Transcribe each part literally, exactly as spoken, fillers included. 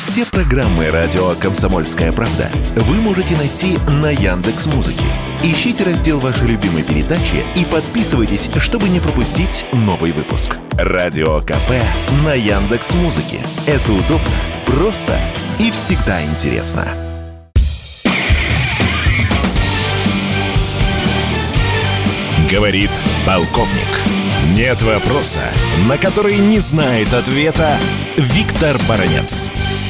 Все программы радио «Комсомольская правда» вы можете найти на Яндекс.Музыке. Ищите раздел вашей любимой передачи и подписывайтесь, чтобы не пропустить новый выпуск. Радио КП на Яндекс.Музыке. Это удобно, просто и всегда интересно. Говорит полковник. Нет вопроса, на который не знает ответа Виктор Баранец.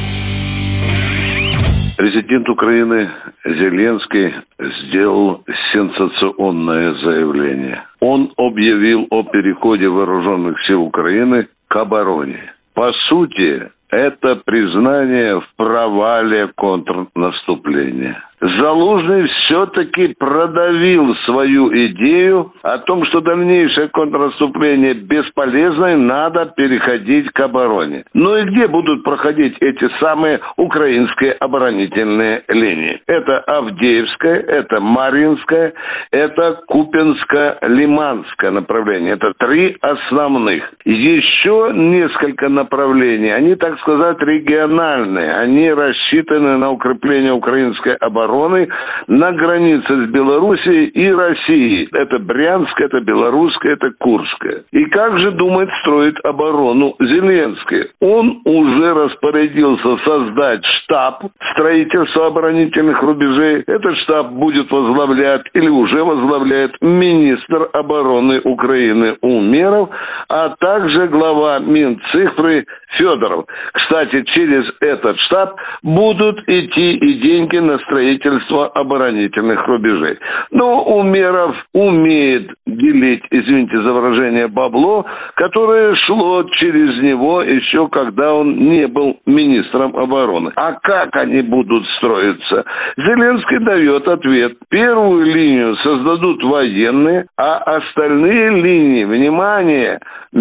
Президент Украины Зеленский сделал сенсационное заявление. Он объявил о переходе вооруженных сил Украины к обороне. По сути, это признание в провале контрнаступления. Залужный все-таки продавил свою идею о том, что дальнейшее контрнаступление бесполезно и надо переходить к обороне. Ну и где будут проходить эти самые украинские оборонительные линии? Это Авдеевская, это Марьинская, это Купянско-Лиманское направление. Это три основных. Еще несколько направлений, они, так сказать, региональные. Они рассчитаны на укрепление украинской обороны на границе с Белоруссией и Россией. Это Брянская, это Белорусская, это Курская. И как же думает строить оборону Зеленский? Он уже распорядился создать штаб строительства оборонительных рубежей. Этот штаб будет возглавлять или уже возглавляет министр обороны Украины Умеров, а также глава Минцифры Федоров. Кстати, через этот штаб будут идти и деньги на строительство оборонительных рубежей. Но Умеров умеет делить, извините за выражение, бабло, которое шло через него еще когда он не был министром обороны. А как они будут строиться? Зеленский дает ответ. Первую линию создадут военные, а остальные линии, внимание,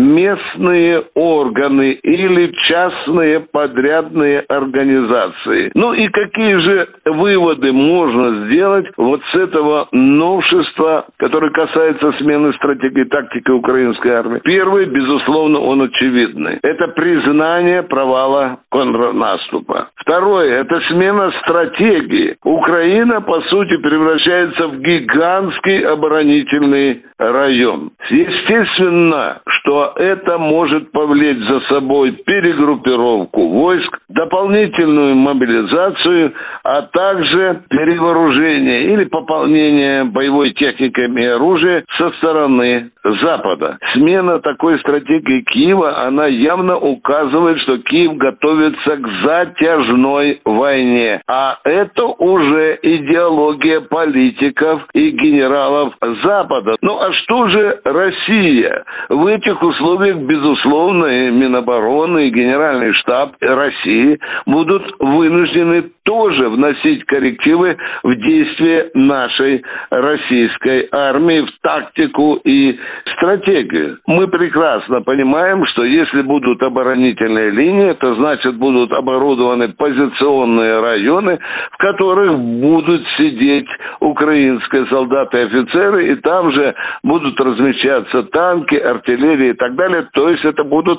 местные органы или частные подрядные организации. Ну и какие же выводы можно сделать вот с этого новшества, которое касается смены стратегии и тактики украинской армии? Первый, безусловно, он очевидный. Это признание провала контрнаступа. Второе, это смена стратегии. Украина, по сути, превращается в гигантский оборонительный район. Естественно, что это может повлечь за собой перегруппировку войск, дополнительную мобилизацию, а также перевооружение или пополнение боевой техникой и оружием со стороны Запада. Смена такой стратегии Киева, она явно указывает, что Киев готовится к затяжной войне. А это уже идеология политиков и генералов Запада. Ну а что же Россия? В этих условиях, безусловно, и Минобороны, и Генеральный штаб России будут вынуждены тоже вносить коррективы в действия нашей российской армии, в тактику и стратегию. Мы прекрасно понимаем, что если будут оборонительные линии, это значит будут оборудованы позиционные районы, в которых будут сидеть украинские солдаты и офицеры, и там же будут размещаться танки, артиллерия и так далее. То есть это будут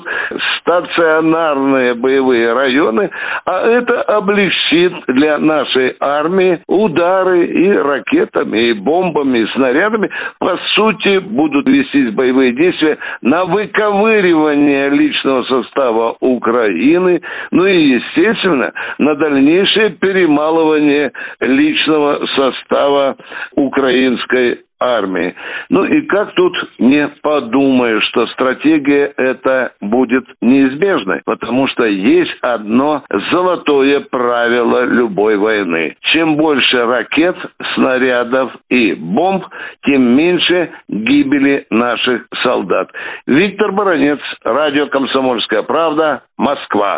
стационарные боевые районы, а это облегчит для нашей армии удары и ракетами, и бомбами, и снарядами. По сути, будут вестись боевые действия на выковыривание личного состава Украины, ну и, естественно, на дальнейшее перемалывание личного состава украинской армии. Ну и как тут не подумаешь, что стратегия эта будет неизбежной, потому что есть одно золотое правило любой войны. Чем больше ракет, снарядов и бомб, тем меньше гибели наших солдат. Виктор Баранец, радио «Комсомольская правда», Москва.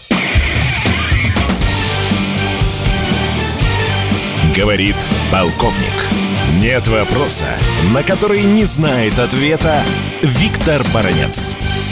Говорит полковник. Нет вопроса, на который не знает ответа Виктор Баранец.